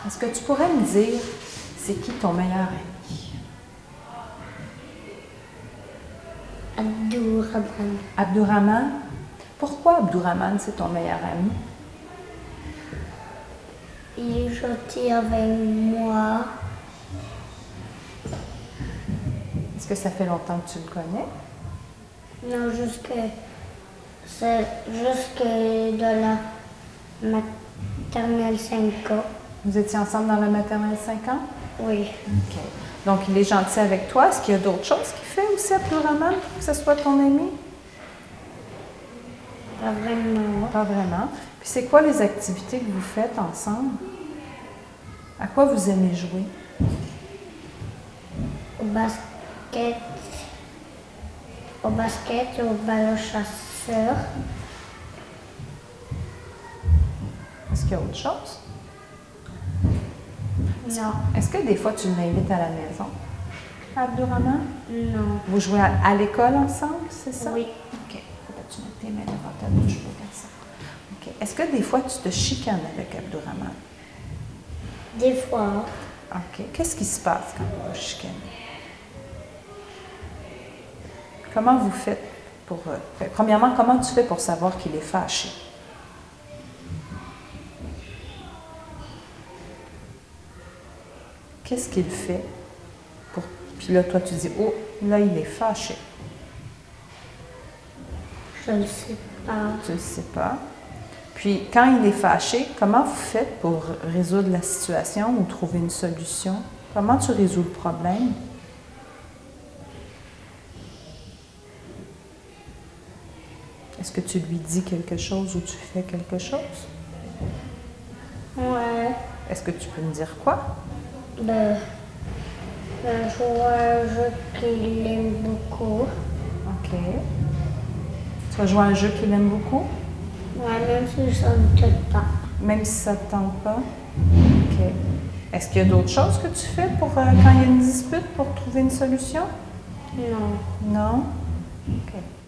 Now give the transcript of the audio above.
Est-ce que tu pourrais me dire, c'est qui ton meilleur ami? Abdurrahman. Abdurrahman? Pourquoi Abdurrahman, c'est ton meilleur ami? Il est gentil avec moi. Est-ce que ça fait longtemps que tu le connais? Non, c'est jusque dans la maternelle 5 ans. Vous étiez ensemble dans la maternelle 5 ans? Oui. OK. Donc, il est gentil avec toi. Est-ce qu'il y a d'autres choses qu'il fait aussi, Abdurrahman, pour que ce soit ton ami? Pas vraiment. Pas vraiment. Puis, c'est quoi les activités que vous faites ensemble? À quoi vous aimez jouer? Au basket, et au ballon chasseur. Est-ce qu'il y a autre chose? Non. Est-ce que des fois, tu l'invites à la maison, Abdurrahman? Non. Vous jouez à l'école ensemble, c'est ça? Oui. OK. Faut-tu mettre tes mains devant ta bouche pour faire ça? OK. Est-ce que des fois, tu te chicanes avec Abdurrahman? Des fois. OK. Qu'est-ce qui se passe quand vous vous chicanez? Comment vous faites pour... premièrement, comment tu fais pour savoir qu'il est fâché? Qu'est-ce qu'il fait pour... Puis là, toi, tu dis, oh, là, il est fâché. Je ne sais pas. Tu ne sais pas. Puis, quand il est fâché, comment vous faites pour résoudre la situation ou trouver une solution? Comment tu résous le problème? Est-ce que tu lui dis quelque chose ou tu fais quelque chose? Ouais. Est-ce que tu peux me dire quoi? Je vois un jeu qu'il aime beaucoup. OK. Tu vas jouer à un jeu qu'il aime beaucoup? Ouais, même si ça ne tente pas. Même si ça ne te tente pas? OK. Est-ce qu'il y a d'autres choses que tu fais pour quand il y a une dispute pour trouver une solution? Non. Non? OK.